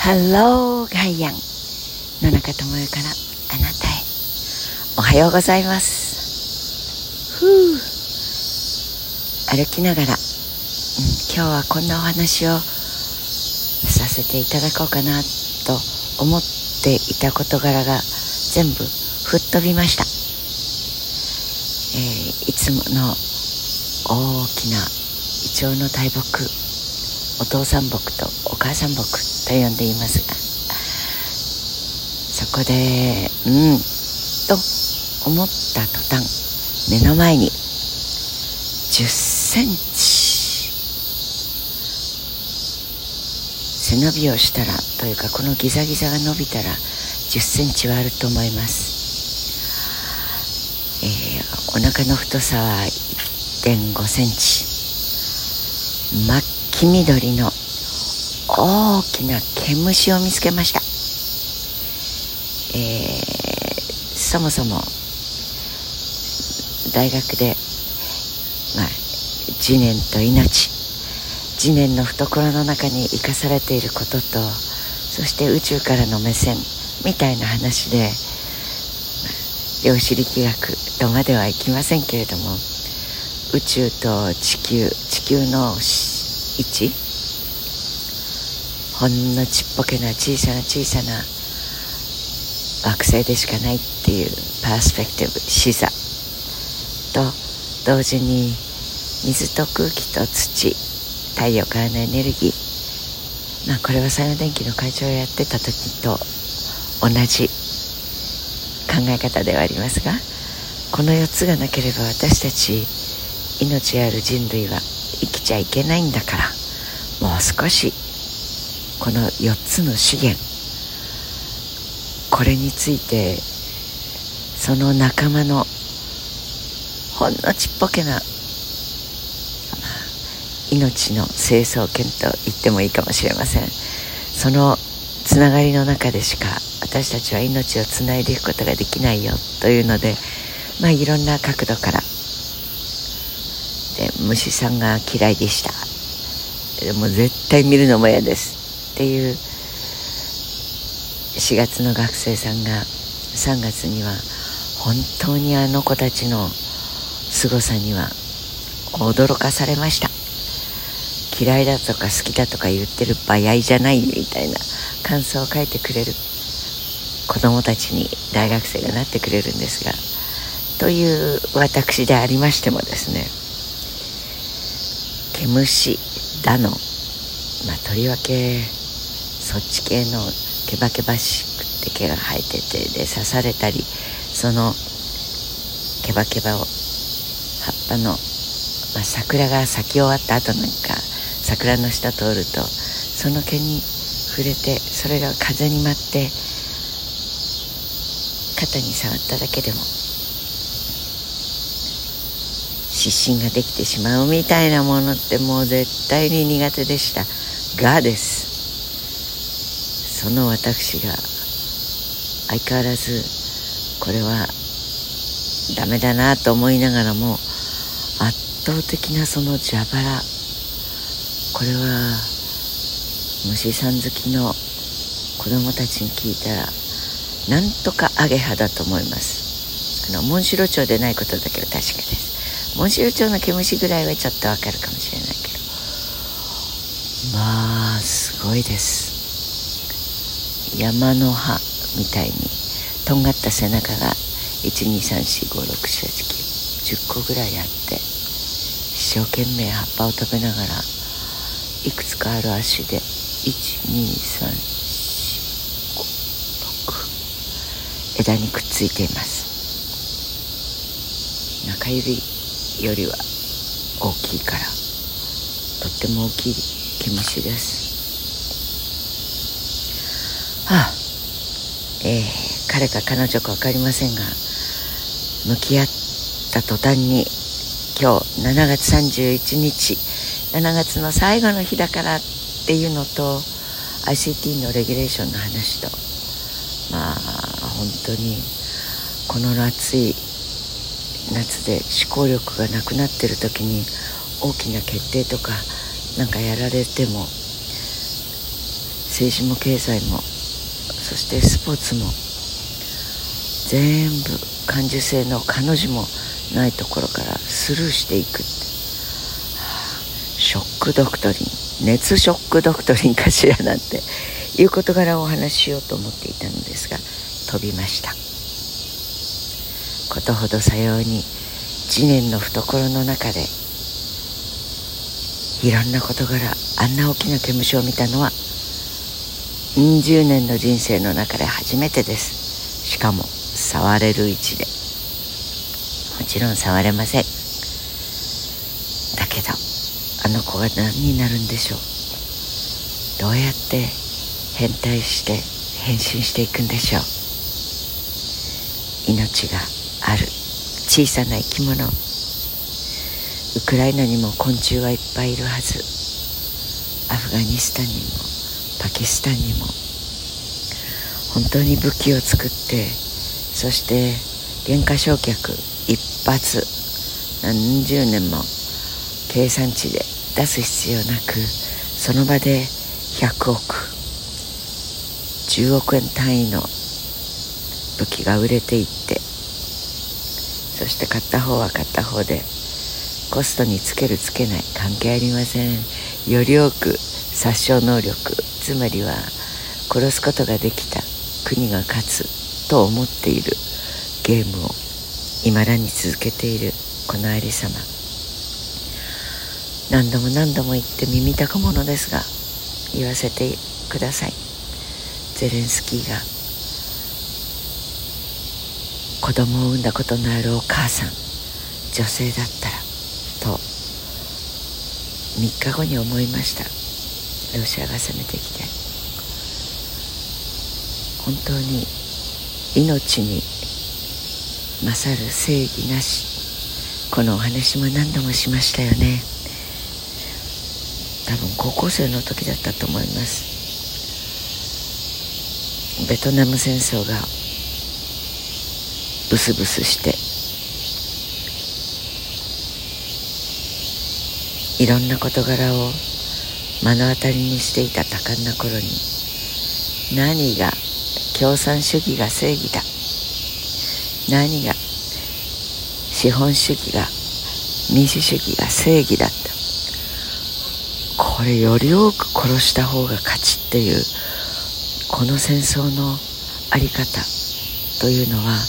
ハローガイアン、野中智代からあなたへ。おはようございます。歩きながら、今日はこんなお話をさせていただこうかなと思っていた事柄が全部吹っ飛びました。いつもの大きなイチョウの大木、お父さん木とお母さん木と呼んでいますが、そこでと思った途端、目の前に10センチ背伸びをしたらというか、このギザギザが伸びたら10センチはあると思います。お腹の太さは 1.5 センチ、真っ黄緑の大きな毛虫を見つけました。そもそも大学で、次元と命、次元の懐の中に生かされていることと、そして宇宙からの目線みたいな話で、量子力学とまではいきませんけれども、宇宙と地球の位置、ほんのちっぽけな小さな惑星でしかないっていうパースペクティブ、視座と同時に水と空気と土、太陽からのエネルギー、これは西洋電機の会長をやってた時と同じ考え方ではありますが、この4つがなければ私たち命ある人類は生きちゃいけないんだから、もう少しこの4つの資源、これについてその仲間のほんのちっぽけな、命の成層圏と言ってもいいかもしれません。そのつながりの中でしか私たちは命をつないでいくことができないよというので、いろんな角度からで、虫さんが嫌いでした、でも絶対見るのも嫌ですっていう4月の学生さんが3月には本当にあの子たちの凄さには驚かされました。嫌いだとか好きだとか言ってる場合じゃないみたいな感想を書いてくれる子どもたちに大学生がなってくれるんですが、という私でありましてもですね、毛虫だの、とりわけそっち系のケバケバしくって毛が生えてて、で刺されたり、そのケバケバを葉っぱの、桜が咲き終わった後なんか桜の下通るとその毛に触れて、それが風に舞って肩に触っただけでも湿疹ができてしまうみたいなものってもう絶対に苦手でしたがです。その私が相変わらずこれはダメだなと思いながらも、圧倒的なその蛇腹、これは虫さん好きの子供たちに聞いたらなんとかアゲハだと思います。モンシロチョウでないことだけは確かです。モンシロチョウの毛虫ぐらいはちょっとわかるかもしれないけど、すごいです。山の葉みたいにとんがった背中が 1,2,3,4,5,6,7,8,9,10 個ぐらいあって、一生懸命葉っぱを食べながらいくつかある足で 1,2,3,4,5,6 枝にくっついています。中指よりは大きいから、とっても大きい毛虫です。彼か彼女か分かりませんが、向き合った途端に今日7月31日7月の最後の日だからっていうのと ICT のレギュレーションの話と、本当にこの暑い夏で思考力がなくなってる時に大きな決定とかなんかやられても政治も経済も、そしてスポーツも全部感受性の彼女もないところからスルーしていくって、ショックドクトリン、熱ショックドクトリンかしらなんていう事柄をお話ししようと思っていたのですが、飛びました。ことほどさように次年の懐の中でいろんな事柄、あんな大きな毛虫を見たのは10年の人生の中で初めてです。しかも触れる位置で。もちろん触れません。だけどあの子が何になるんでしょう。どうやって変態して変身していくんでしょう。命がある小さな生き物、ウクライナにも昆虫はいっぱいいるはず。アフガニスタンにもパキスタンにも本当に武器を作って、そして原価償却一発何十年も計算値で出す必要なく、その場で100億10億円単位の武器が売れていって、そして買った方は買った方でコストにつけるつけない関係ありません。より多く殺傷能力、つまりは殺すことができた国が勝つと思っているゲームを未だに続けているこのありさま、何度も何度も言って耳たくものですが言わせてください。ゼレンスキーが子供を産んだことのあるお母さん、女性だったらと3日後に思いました。ロシアが攻めてきて、本当に命に勝る正義なし、このお話も何度もしましたよね。多分高校生の時だったと思います。ベトナム戦争がブスブスしていろんな事柄を目の当たりにしていた多感な頃に、何が共産主義が正義だ、何が資本主義が民主主義が正義だった、これより多く殺した方が勝ちっていうこの戦争のあり方というのは、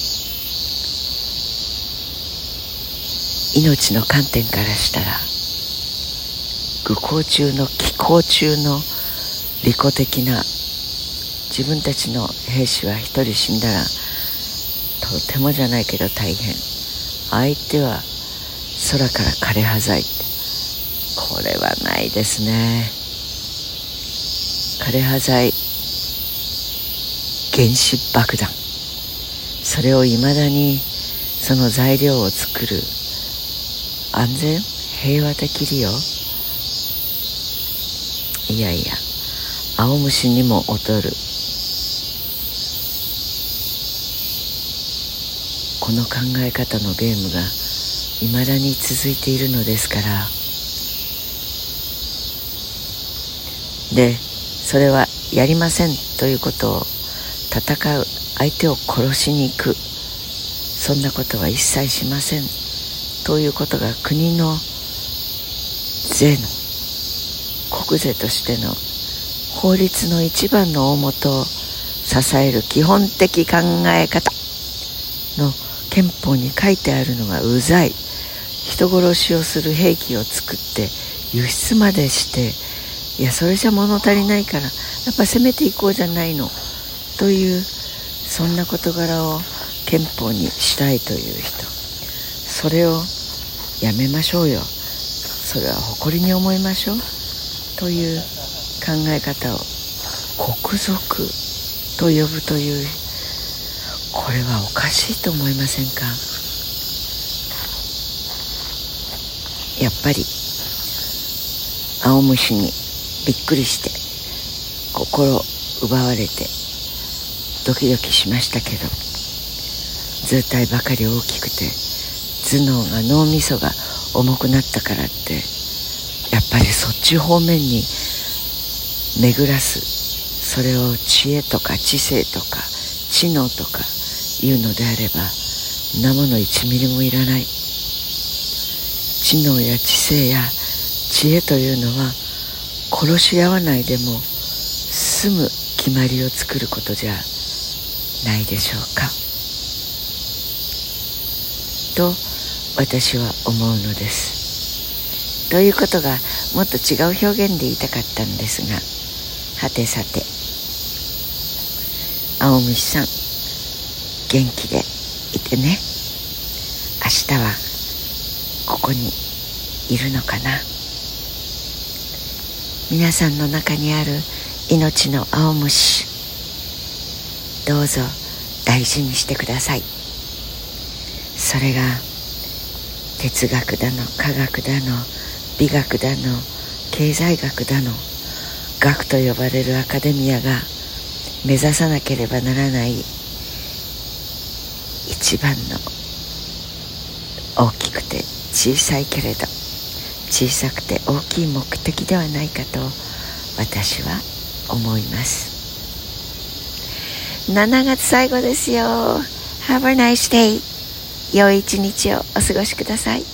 命の観点からしたら愚行中の奇行中の利己的な、自分たちの兵士は一人死んだらとてもじゃないけど大変、相手は空から枯葉剤って、これはないですね。枯葉剤、原子爆弾、それをいまだにその材料を作る安全平和的利用、いやいや、青虫にも劣るこの考え方のゲームがいまだに続いているのですから。で、それはやりませんということを、戦う相手を殺しに行く、そんなことは一切しませんということが国の税の国税としての法律の一番の大元を支える基本的考え方の憲法に書いてあるのがうざい。人殺しをする兵器を作って輸出までして、いやそれじゃ物足りないからやっぱ攻めていこうじゃないのという、そんな事柄を憲法にしたいという人、それをやめましょうよ、それは誇りに思いましょうという考え方を国賊と呼ぶという、これはおかしいと思いませんか。やっぱり青虫にびっくりして心奪われてドキドキしましたけど、図体ばかり大きくて頭脳が脳みそが重くなったからって、やっぱりそっち方面に巡らす、 それを知恵とか知性とか知能とかいうのであれば、なもの1ミリもいらない。知能や知性や知恵というのは殺し合わないでも済む決まりを作ることじゃないでしょうかと私は思うのです。ということがもっと違う表現で言いたかったんですが、はてさて、青虫さん元気でいてね。明日はここにいるのかな。皆さんの中にある命の青虫、どうぞ大事にしてください。それが哲学だの科学だの美学だの経済学だの学と呼ばれるアカデミアが目指さなければならない一番の大きくて小さいけれど小さくて大きい目的ではないかと私は思います。7月最後ですよ。Have a nice day。良い一日をお過ごしください。